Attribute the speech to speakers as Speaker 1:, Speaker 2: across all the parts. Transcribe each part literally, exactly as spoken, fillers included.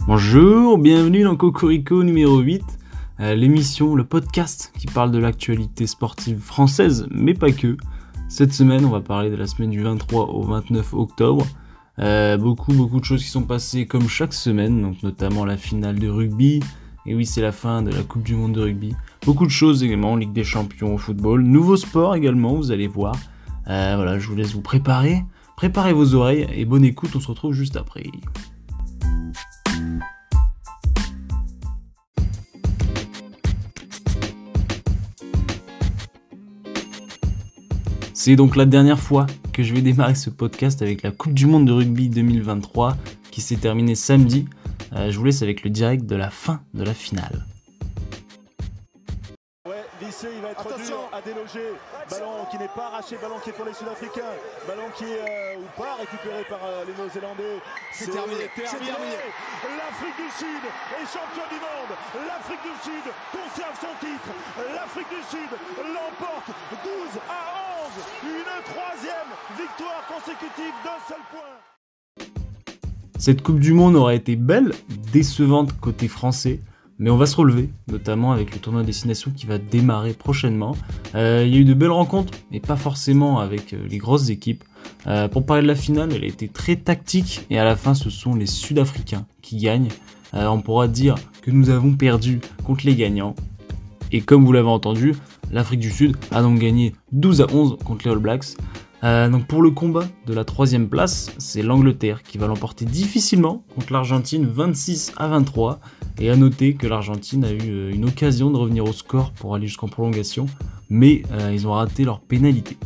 Speaker 1: Bonjour, bienvenue dans Cocorico numéro huit, euh, l'émission, le podcast qui parle de l'actualité sportive française, mais pas que. Cette semaine, on va parler de la semaine du vingt-trois au vingt-neuf octobre. Euh, beaucoup, beaucoup de choses qui sont passées comme chaque semaine, donc notamment la finale de rugby. Et oui, c'est la fin de la Coupe du Monde de rugby. Beaucoup de choses également, Ligue des Champions au football, nouveau sport également, vous allez voir. Euh, voilà, je vous laisse vous préparer, préparez vos oreilles et bonne écoute, on se retrouve juste après. C'est donc la dernière fois que je vais démarrer ce podcast avec la Coupe du Monde de rugby deux mille vingt-trois qui s'est terminée samedi. Euh, je vous laisse avec le direct de la fin de la finale.
Speaker 2: Ouais, Vissé, il va être dur à déloger. Ballon qui n'est pas arraché, ballon qui est pour les Sud-Africains. Ballon qui est euh, ou pas récupéré par euh, les Néo-Zélandais.
Speaker 3: C'est terminé,
Speaker 2: c'est terminé. L'Afrique du Sud est champion du monde. L'Afrique du Sud conserve son titre. L'Afrique du Sud l'emporte douze à onze. Une troisième victoire consécutive d'un seul point.
Speaker 1: Cette Coupe du Monde aura été belle, décevante côté français, mais on va se relever, notamment avec le tournoi destination qui va démarrer prochainement. Euh, il y a eu de belles rencontres, mais pas forcément avec euh, les grosses équipes. Euh, pour parler de la finale, elle a été très tactique, et à la fin, ce sont les Sud-Africains qui gagnent. Euh, on pourra dire que nous avons perdu contre les gagnants. Et comme vous l'avez entendu, l'Afrique du Sud a donc gagné douze à onze contre les All Blacks. Euh, donc pour le combat de la troisième place, c'est l'Angleterre qui va l'emporter difficilement contre l'Argentine vingt-six à vingt-trois. Et à noter que l'Argentine a eu une occasion de revenir au score pour aller jusqu'en prolongation, mais euh, ils ont raté leur pénalité.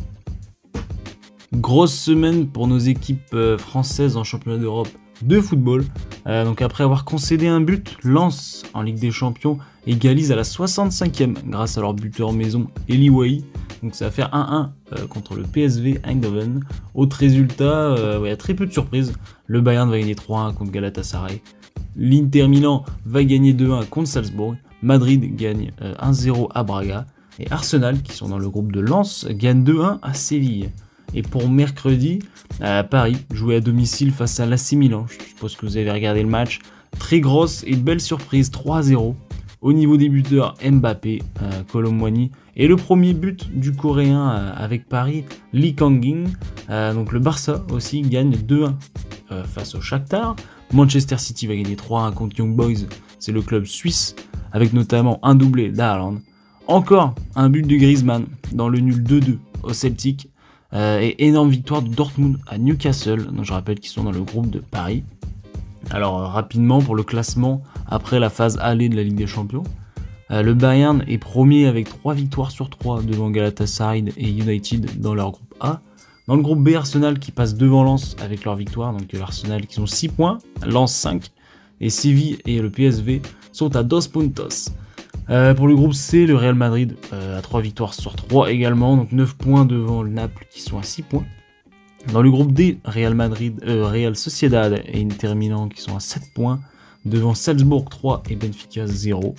Speaker 1: Grosse semaine pour nos équipes euh, françaises en championnat d'Europe de football. Euh, donc après avoir concédé un but, Lens en Ligue des Champions égalise à la soixante-cinquième grâce à leur buteur maison Eli Wahi. Donc ça va faire un un euh, contre le P S V Eindhoven. Autre résultat, il euh, ouais, y a très peu de surprises. Le Bayern va gagner trois un contre Galatasaray. L'Inter Milan va gagner deux un contre Salzbourg. Madrid gagne euh, un zéro à Braga. Et Arsenal, qui sont dans le groupe de Lens, gagne deux un à Séville. Et pour mercredi, à Paris, jouer à domicile face à l'A C Milan. Je suppose que vous avez regardé le match. Très grosse et belle surprise, trois zéro. Au niveau des buteurs, Mbappé, euh, Kolo Muani et le premier but du Coréen euh, avec Paris, Lee Kang-in. Euh, donc le Barça aussi gagne deux un euh, face au Shakhtar. Manchester City va gagner trois un contre Young Boys, c'est le club suisse, avec notamment un doublé d'Haaland. Encore un but de Griezmann dans le nul deux deux au Celtic. Euh, et énorme victoire de Dortmund à Newcastle, donc je rappelle qu'ils sont dans le groupe de Paris. Alors euh, rapidement pour le classement après la phase aller de la Ligue des Champions, euh, le Bayern est premier avec trois victoires sur trois devant Galatasaray et United dans leur groupe A. Dans le groupe B, Arsenal qui passe devant Lens avec leur victoire, donc l'Arsenal qui ont six points, Lens cinq, et Séville et le P S V sont à deux puntos. Euh, pour le groupe C, le Real Madrid euh, a trois victoires sur trois également, donc neuf points devant le Naples qui sont à six points. Dans le groupe D, Real Madrid, euh, Real Sociedad et Inter Milan qui sont à sept points, devant Salzbourg trois et Benfica zéro.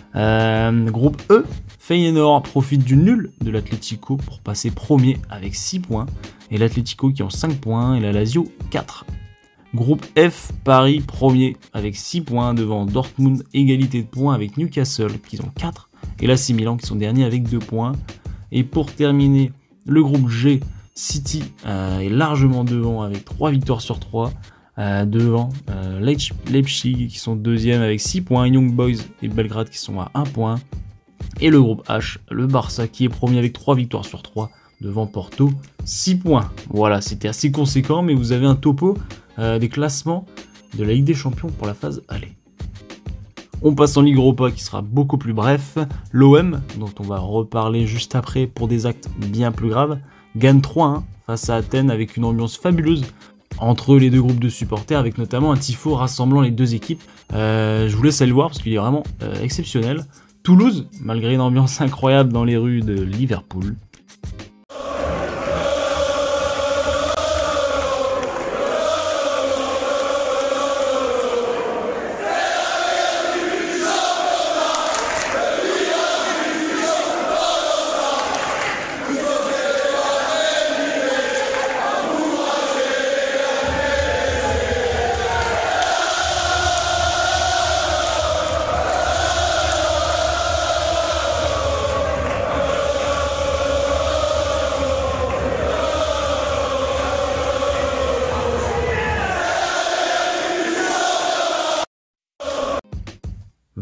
Speaker 1: Euh, groupe E, Feyenoord profite du nul de l'Atlético pour passer premier avec six points, et l'Atlético qui ont cinq points et la Lazio quatre. Groupe F, Paris premier avec six points devant Dortmund, égalité de points avec Newcastle qui ont quatre, et l'A C Milan qui sont derniers avec deux points. Et pour terminer, le groupe G, City euh, est largement devant avec trois victoires sur trois, euh, devant euh, Leipzig qui sont deuxième avec six points, Young Boys et Belgrade qui sont à un point. Et le groupe H, le Barça qui est premier avec trois victoires sur trois, devant Porto, six points. Voilà, c'était assez conséquent, mais vous avez un topo euh, des classements de la Ligue des Champions pour la phase aller. On passe en Ligue Europa qui sera beaucoup plus bref. L'O M, dont on va reparler juste après pour des actes bien plus graves, gagne trois un face à Athènes avec une ambiance fabuleuse entre les deux groupes de supporters, avec notamment un tifo rassemblant les deux équipes. Euh, je vous laisse aller le voir parce qu'il est vraiment euh, exceptionnel. Toulouse, malgré une ambiance incroyable dans les rues de Liverpool.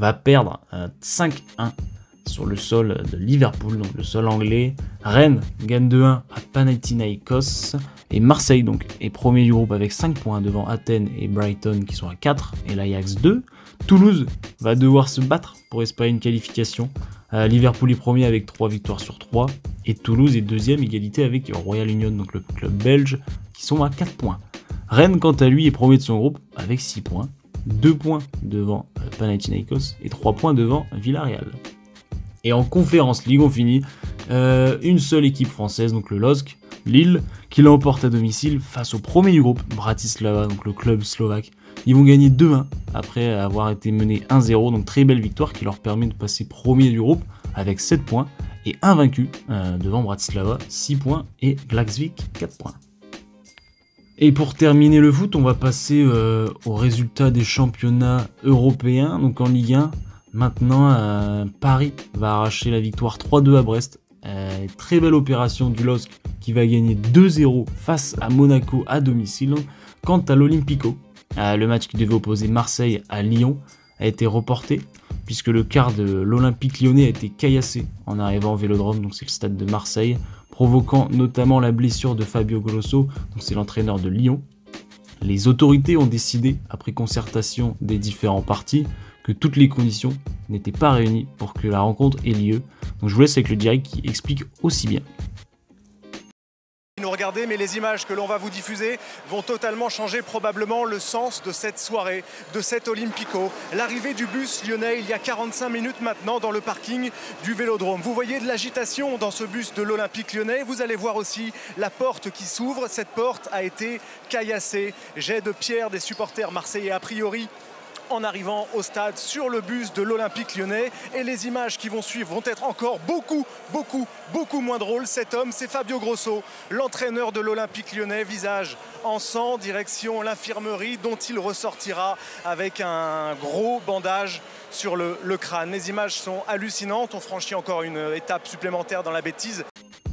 Speaker 1: va perdre euh, cinq un sur le sol de Liverpool, donc le sol anglais. Rennes gagne deux un à Panathinaikos. Et Marseille donc est premier du groupe avec cinq points devant Athènes et Brighton qui sont à quatre et l'Ajax deux. Toulouse va devoir se battre pour espérer une qualification. Euh, Liverpool est premier avec trois victoires sur trois et Toulouse est deuxième, égalité avec Royal Union, donc le club belge, qui sont à quatre points. Rennes quant à lui est premier de son groupe avec six points, deux points devant euh, Panathinaikos et trois points devant Villarreal. Et en Conférence League, on finit euh, une seule équipe française, donc le L O S C, Lille, qui l'emporte à domicile face au premier du groupe, Bratislava, donc le club slovaque. Ils vont gagner deux un après avoir été menés un zéro, donc très belle victoire qui leur permet de passer premier du groupe avec sept points et invaincu euh, devant Bratislava, six points et Klaksvik, quatre points. Et pour terminer le foot, on va passer euh, aux résultats des championnats européens, donc en Ligue un. Maintenant, euh, Paris va arracher la victoire trois deux à Brest. Euh, très belle opération du L O S C qui va gagner deux zéro face à Monaco à domicile. Quant à l'Olympico, euh, le match qui devait opposer Marseille à Lyon a été reporté puisque le quart de l'Olympique lyonnais a été caillassé en arrivant au Vélodrome, donc c'est le stade de Marseille, provoquant notamment la blessure de Fabio Grosso, donc c'est l'entraîneur de Lyon. Les autorités ont décidé, après concertation des différents partis, que toutes les conditions n'étaient pas réunies pour que la rencontre ait lieu. Donc je vous laisse avec le direct qui explique aussi bien.
Speaker 3: Nous regardez, mais les images que l'on va vous diffuser vont totalement changer probablement le sens de cette soirée, de cet Olympico. L'arrivée du bus lyonnais il y a quarante-cinq minutes maintenant dans le parking du Vélodrome. Vous voyez de l'agitation dans ce bus de l'Olympique lyonnais. Vous allez voir aussi la porte qui s'ouvre. Cette porte a été caillassée. Jet de pierre des supporters marseillais a priori en arrivant au stade sur le bus de l'Olympique lyonnais. Et les images qui vont suivre vont être encore beaucoup, beaucoup, beaucoup moins drôles. Cet homme, c'est Fabio Grosso, l'entraîneur de l'Olympique lyonnais, visage en sang, direction l'infirmerie dont il ressortira avec un gros bandage sur le, le crâne. Les images sont hallucinantes. On franchit encore une étape supplémentaire dans la bêtise.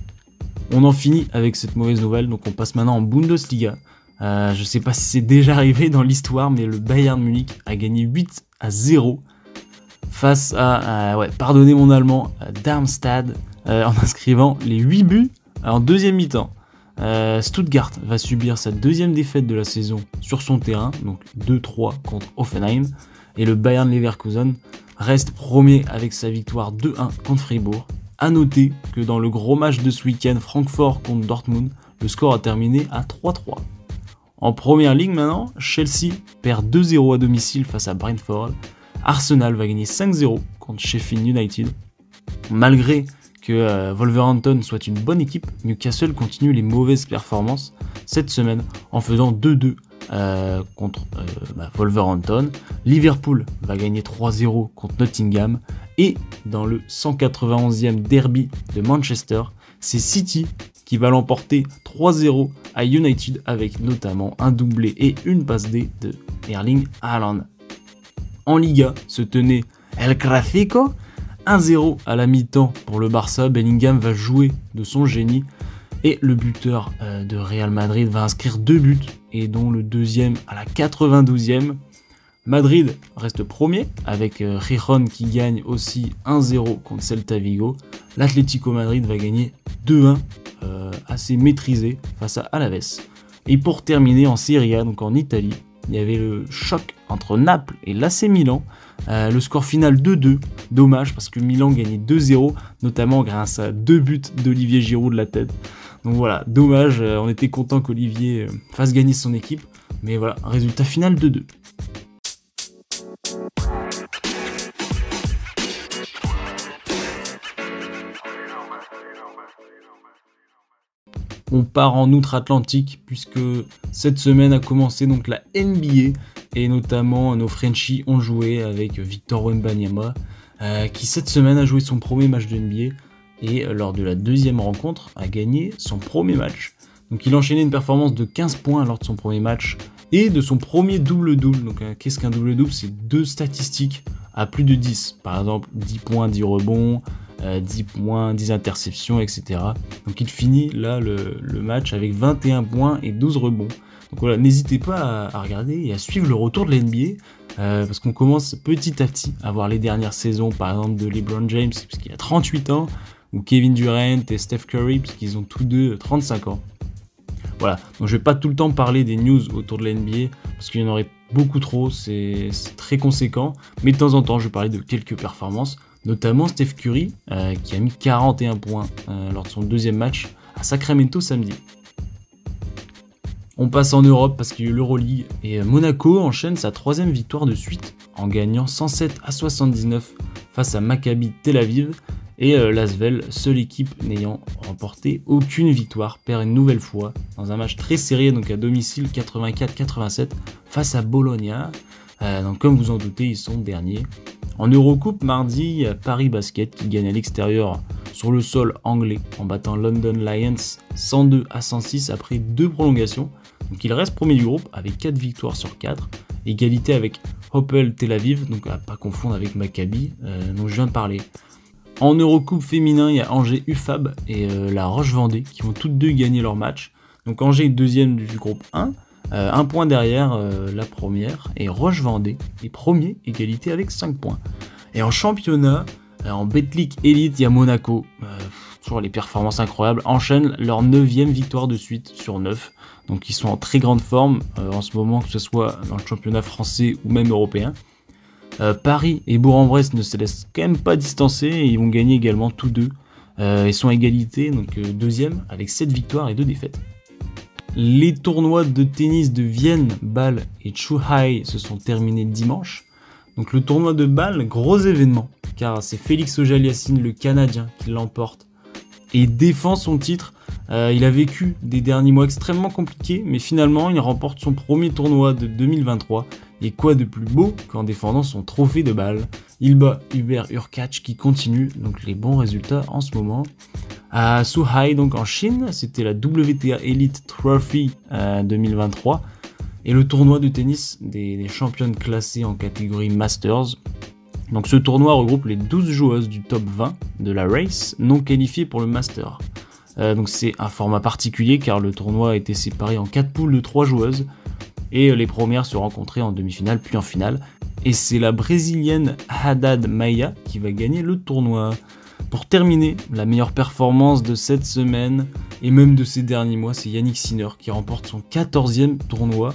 Speaker 1: On en finit avec cette mauvaise nouvelle, donc on passe maintenant en Bundesliga. Euh, je sais pas si c'est déjà arrivé dans l'histoire, mais le Bayern Munich a gagné huit à zéro face à, à ouais, pardonnez mon allemand, à Darmstadt, euh, en inscrivant les huit buts en deuxième mi-temps. Euh, Stuttgart va subir sa deuxième défaite de la saison sur son terrain, donc deux trois contre Hoffenheim, et le Bayern Leverkusen reste premier avec sa victoire deux un contre Fribourg. A noter que dans le gros match de ce week-end, Francfort contre Dortmund, le score a terminé à trois trois. En première ligue maintenant, Chelsea perd deux zéro à domicile face à Brentford. Arsenal va gagner cinq zéro contre Sheffield United. Malgré que euh, Wolverhampton soit une bonne équipe, Newcastle continue les mauvaises performances cette semaine en faisant deux deux euh, contre euh, bah, Wolverhampton. Liverpool va gagner trois zéro contre Nottingham. Et dans le cent quatre-vingt-onzième derby de Manchester, c'est City qui va l'emporter trois zéro à United avec notamment un doublé et une passe D de Erling Haaland. En Liga se tenait El Clasico, un zéro à la mi-temps pour le Barça. Bellingham va jouer de son génie et le buteur euh, de Real Madrid va inscrire deux buts et dont le deuxième à la quatre-vingt-douzième. Madrid reste premier avec euh, Gijón qui gagne aussi un zéro contre Celta Vigo. L'Atlético Madrid va gagner deux un euh, assez maîtrisé face à Alaves. Et pour terminer en Serie A, donc en Italie, il y avait le choc entre Naples et l'A C Milan. Euh, le score final deux deux. Dommage parce que Milan gagnait deux zéro, notamment grâce à deux buts d'Olivier Giroud de la tête. Donc voilà, dommage, euh, on était content qu'Olivier euh, fasse gagner son équipe. Mais voilà, résultat final deux deux. On part en outre-Atlantique puisque cette semaine a commencé donc la N B A et notamment nos Frenchies ont joué avec Victor Wembanyama euh, qui cette semaine a joué son premier match de N B A et euh, lors de la deuxième rencontre a gagné son premier match. Donc il a enchaîné une performance de quinze points lors de son premier match et de son premier double-double. Donc euh, qu'est-ce qu'un double-double? C'est deux statistiques à plus de dix. Par exemple dix points, dix rebonds, Euh, dix points, dix interceptions, et cetera. Donc il finit là le, le match avec vingt et un points et douze rebonds. Donc voilà, n'hésitez pas à, à regarder et à suivre le retour de la N B A. euh, parce qu'on commence petit à petit à voir les dernières saisons, par exemple de LeBron James, puisqu'il a trente-huit ans, ou Kevin Durant et Steph Curry, puisqu'ils ont tous deux trente-cinq ans. Voilà, donc je vais pas tout le temps parler des news autour de la N B A, parce qu'il y en aurait beaucoup trop, c'est très conséquent, mais de temps en temps je vais parler de quelques performances, notamment Steph Curry, euh, qui a mis quarante et un points euh, lors de son deuxième match à Sacramento samedi. On passe en Europe parce qu'il y a eu l'Euroleague, et Monaco enchaîne sa troisième victoire de suite, en gagnant cent sept à soixante-dix-neuf face à Maccabi Tel Aviv, et euh, l'Asvel, seule équipe n'ayant remporté aucune victoire, perd une nouvelle fois dans un match très serré, donc à domicile quatre-vingt-quatre à quatre-vingt-sept face à Bologna. Euh, donc comme vous en doutez, ils sont derniers. En Eurocoupe, mardi, il y a Paris Basket qui gagne à l'extérieur sur le sol anglais en battant London Lions cent deux à cent six après deux prolongations. Donc il reste premier du groupe avec quatre victoires sur quatre, égalité avec Hapoel Tel Aviv, donc à pas confondre avec Maccabi euh, dont je viens de parler. En Eurocoupe féminin, il y a Angers U F A B et euh, la Roche-Vendée qui vont toutes deux gagner leur match. Donc Angers est deuxième du groupe un, euh, un point derrière euh, la première, et Roche-Vendée est premier, égalité avec cinq points. Et en championnat, euh, en Betclic Elite, il y a Monaco, euh, toujours les performances incroyables, enchaînent leur neuvième victoire de suite sur neuf. Donc ils sont en très grande forme euh, en ce moment, que ce soit dans le championnat français ou même européen. Euh, Paris et Bourg-en-Bresse ne se laissent quand même pas distancer et ils vont gagner également tous deux. Euh, ils sont à égalité, donc euh, deuxième avec sept victoires et deux défaites. Les tournois de tennis de Vienne, Bâle et Zhuhai se sont terminés dimanche. Donc le tournoi de Bâle, gros événement, car c'est Félix Auger-Aliassime, le Canadien, qui l'emporte et défend son titre. Euh, il a vécu des derniers mois extrêmement compliqués, mais finalement il remporte son premier tournoi de deux mille vingt-trois. Et quoi de plus beau qu'en défendant son trophée de Bâle. Il bat Hubert Hurkacz qui continue donc les bons résultats en ce moment. À Zhuhai, donc en Chine, c'était la W T A Elite Trophy euh, deux mille vingt-trois et le tournoi de tennis des, des championnes classées en catégorie Masters. Donc ce tournoi regroupe les douze joueuses du top vingt de la race non qualifiées pour le Master. Euh, donc c'est un format particulier car le tournoi a été séparé en quatre poules de trois joueuses et les premières se rencontraient en demi-finale puis en finale. Et c'est la brésilienne Haddad Maia qui va gagner le tournoi. Pour terminer, la meilleure performance de cette semaine et même de ces derniers mois, c'est Yannick Sinner qui remporte son quatorzième tournoi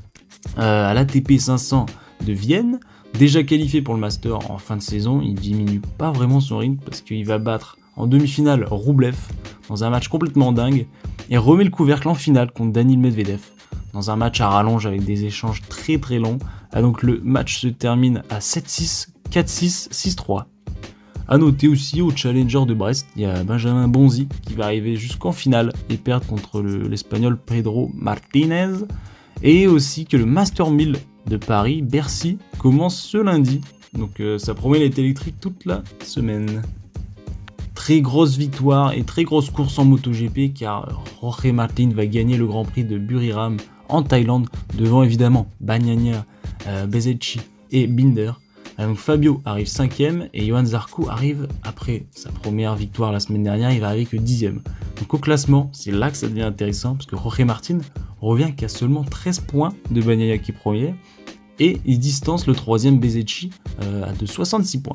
Speaker 1: euh, à l'A T P cinq cents de Vienne. Déjà qualifié pour le Master en fin de saison, il diminue pas vraiment son rythme parce qu'il va battre en demi-finale Roublev dans un match complètement dingue et remet le couvercle en finale contre Daniil Medvedev dans un match à rallonge avec des échanges très très longs. Ah, donc le match se termine à sept six, quatre six, six trois. A noter aussi au Challenger de Brest, il y a Benjamin Bonzi qui va arriver jusqu'en finale et perdre contre le, l'espagnol Pedro Martinez. Et aussi que le Master mille de Paris, Bercy, commence ce lundi. Donc euh, ça promet d'être électrique toute la semaine. Très grosse victoire et très grosse course en MotoGP car Jorge Martin va gagner le Grand Prix de Buriram en Thaïlande devant évidemment Bagnaia, euh, Bezzecchi et Binder. Euh, donc Fabio arrive cinquième et Johan Zarco arrive après sa première victoire la semaine dernière, il va arriver que dixième. Donc au classement, c'est là que ça devient intéressant parce que Jorge Martin revient qu'à seulement treize points de Bagnaia qui est premier et il distance le troisième Bezzecchi euh, à de soixante-six points.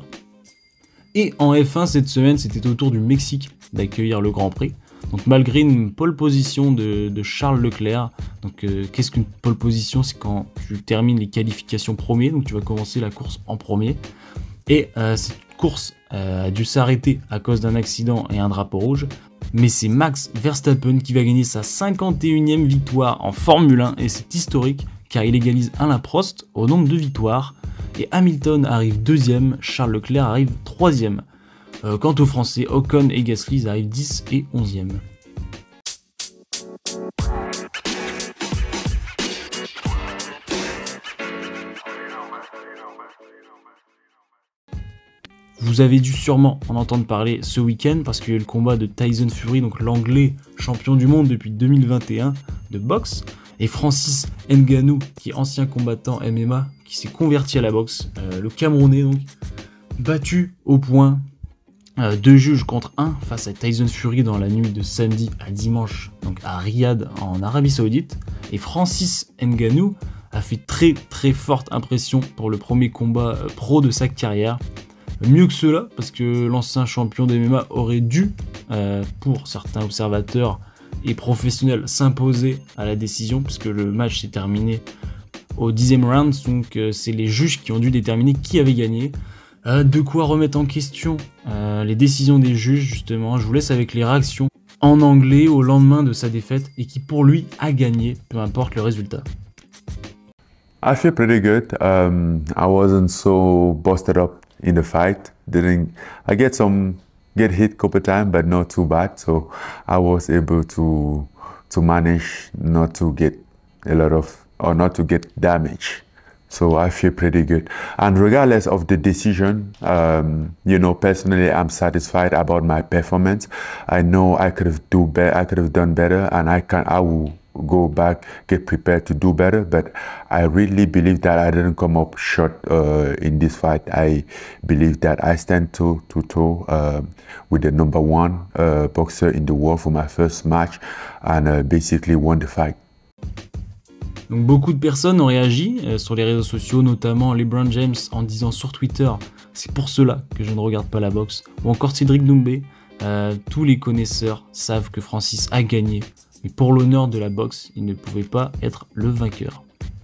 Speaker 1: Et en F un cette semaine, c'était au tour du Mexique d'accueillir le Grand Prix. Donc malgré une pole position de, de Charles Leclerc, donc euh, qu'est-ce qu'une pole position? C'est quand tu termines les qualifications premier, donc tu vas commencer la course en premier. Et euh, cette course euh, a dû s'arrêter à cause d'un accident et un drapeau rouge. Mais c'est Max Verstappen qui va gagner sa cinquante et unième victoire en Formule un et c'est historique car il égalise Alain Prost au nombre de victoires. Et Hamilton arrive deuxième, Charles Leclerc arrive troisième. Euh, quant aux Français, Ocon et Gasly arrivent dix et onzième. Vous avez dû sûrement en entendre parler ce week-end parce qu'il y a eu le combat de Tyson Fury, donc l'anglais champion du monde depuis deux mille vingt et un de boxe, et Francis Ngannou, qui est ancien combattant M M A, qui s'est converti à la boxe, euh, le Camerounais donc, battu au point, euh, deux juges contre un face à Tyson Fury dans la nuit de samedi à dimanche, donc à Riyad en Arabie Saoudite, et Francis Ngannou a fait très très forte impression pour le premier combat pro de sa carrière. Mieux que cela, parce que l'ancien champion de M M A aurait dû, euh, pour certains observateurs et professionnels, s'imposer à la décision, puisque le match s'est terminé au dixième round, donc euh, c'est les juges qui ont dû déterminer qui avait gagné. Euh, de quoi remettre en question euh, les décisions des juges, justement. Je vous laisse avec les réactions en anglais au lendemain de sa défaite et qui pour lui a gagné, peu importe le résultat.
Speaker 4: I feel pretty good. Um, I wasn't so busted up in the fight. Didn't I get some get hit couple times, but not too bad. So I was able to to manage not to get a lot of or not to get damage. So I feel pretty good. And regardless of the decision, um, you know, personally, I'm satisfied about my performance. I know I could have do better. I could have done better, and I can. I will go back, get prepared to do better. But I really believe that I didn't come up short uh, in this fight. I believe that I stand toe to toe uh, with the number one uh, boxer in the world for my first match, and uh, basically won the fight.
Speaker 1: Donc beaucoup de personnes ont réagi euh, sur les réseaux sociaux, notamment LeBron James en disant sur Twitter « C'est pour cela que je ne regarde pas la boxe » ou encore Cédric Doumbé. Euh, tous les connaisseurs savent que Francis a gagné, mais pour l'honneur de la boxe, il ne pouvait pas être le vainqueur.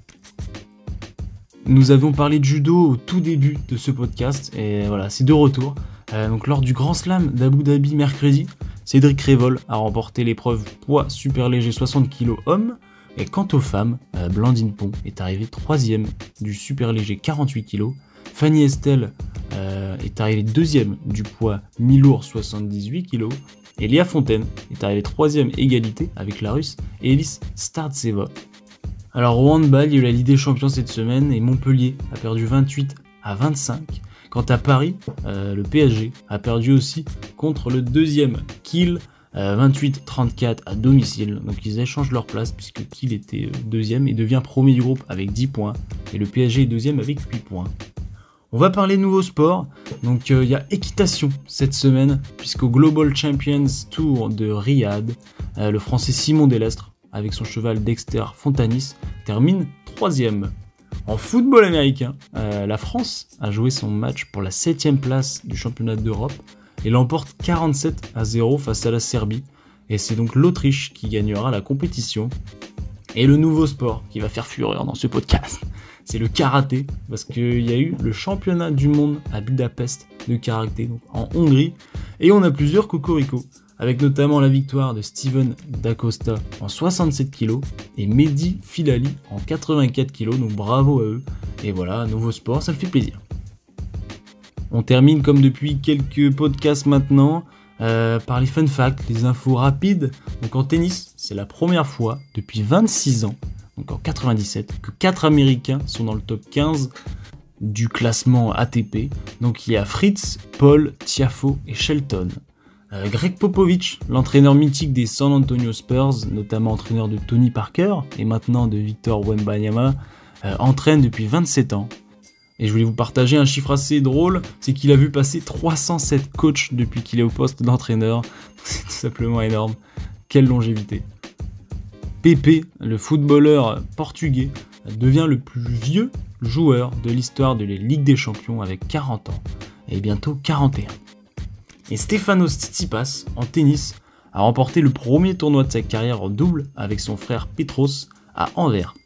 Speaker 1: Nous avions parlé de judo au tout début de ce podcast, et voilà, c'est de retour. Euh, donc lors du Grand Slam d'Abu Dhabi mercredi, Cédric Révol a remporté l'épreuve poids super léger soixante kilos homme. Et quant aux femmes, euh, Blandine Pont est arrivée troisième du super léger quarante-huit kilos. Fanny Estelle euh, est arrivée deuxième du poids mi-lourd soixante-dix-huit kilos. Et Léa Fontaine est arrivée troisième égalité avec la russe Elis Startseva. Alors au handball, il y a eu la Ligue des Champions cette semaine et Montpellier a perdu vingt-huit à vingt-cinq. Quant à Paris, euh, le P S G a perdu aussi contre le deuxième Kiel. Euh, vingt-huit trente-quatre à domicile, donc ils échangent leur place puisque Kiel était euh, deuxième et devient premier du groupe avec dix points et le P S G est deuxième avec huit points. On va parler nouveau sport, donc il euh, y a équitation cette semaine puisqu'au Global Champions Tour de Riyad, euh, le français Simon Delestre avec son cheval Dexter Fontanis termine troisième. En football américain, euh, la France a joué son match pour la septième place du championnat d'Europe et l'emporte quarante-sept à zéro face à la Serbie. Et c'est donc l'Autriche qui gagnera la compétition. Et le nouveau sport qui va faire fureur dans ce podcast, c'est le karaté, parce qu'il y a eu le championnat du monde à Budapest de karaté, donc en Hongrie, et on a plusieurs cocoricots, avec notamment la victoire de Steven Dacosta en soixante-sept kilos et Mehdi Filali en quatre-vingt-quatre kilos, donc bravo à eux. Et voilà, nouveau sport, ça me fait plaisir. On termine comme depuis quelques podcasts maintenant euh, par les fun facts, les infos rapides. Donc en tennis, c'est la première fois depuis vingt-six ans, donc en quatre-vingt-dix-sept, que quatre Américains sont dans le top quinze du classement A T P. Donc il y a Fritz, Paul, Tiafoe et Shelton. Euh, Greg Popovich, l'entraîneur mythique des San Antonio Spurs, notamment entraîneur de Tony Parker et maintenant de Victor Wembanyama, euh, entraîne depuis vingt-sept ans. Et je voulais vous partager un chiffre assez drôle, c'est qu'il a vu passer trois cent sept coachs depuis qu'il est au poste d'entraîneur. C'est tout simplement énorme. Quelle longévité. Pepe, le footballeur portugais, devient le plus vieux joueur de l'histoire de la Ligue des Champions avec quarante ans, et bientôt quarante et un. Et Stefanos Tsitsipas, en tennis, a remporté le premier tournoi de sa carrière en double avec son frère Petros à Anvers.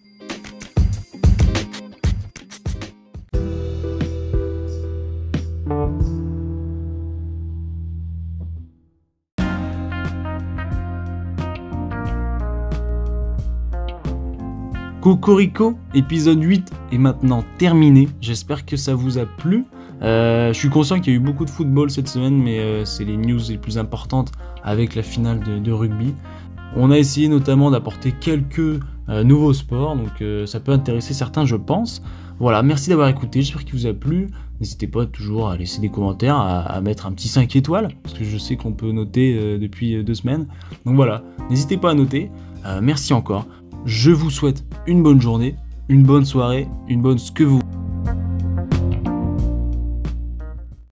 Speaker 1: Cocorico, épisode huit est maintenant terminé, j'espère que ça vous a plu. Euh, je suis conscient qu'il y a eu beaucoup de football cette semaine, mais euh, c'est les news les plus importantes avec la finale de, de rugby. On a essayé notamment d'apporter quelques euh, nouveaux sports, donc euh, ça peut intéresser certains je pense. Voilà, merci d'avoir écouté, j'espère qu'il vous a plu. N'hésitez pas toujours à laisser des commentaires, à, à mettre un petit cinq étoiles, parce que je sais qu'on peut noter euh, depuis deux semaines. Donc voilà, n'hésitez pas à noter, euh, merci encore. Je vous souhaite une bonne journée, une bonne soirée, une bonne ce que vous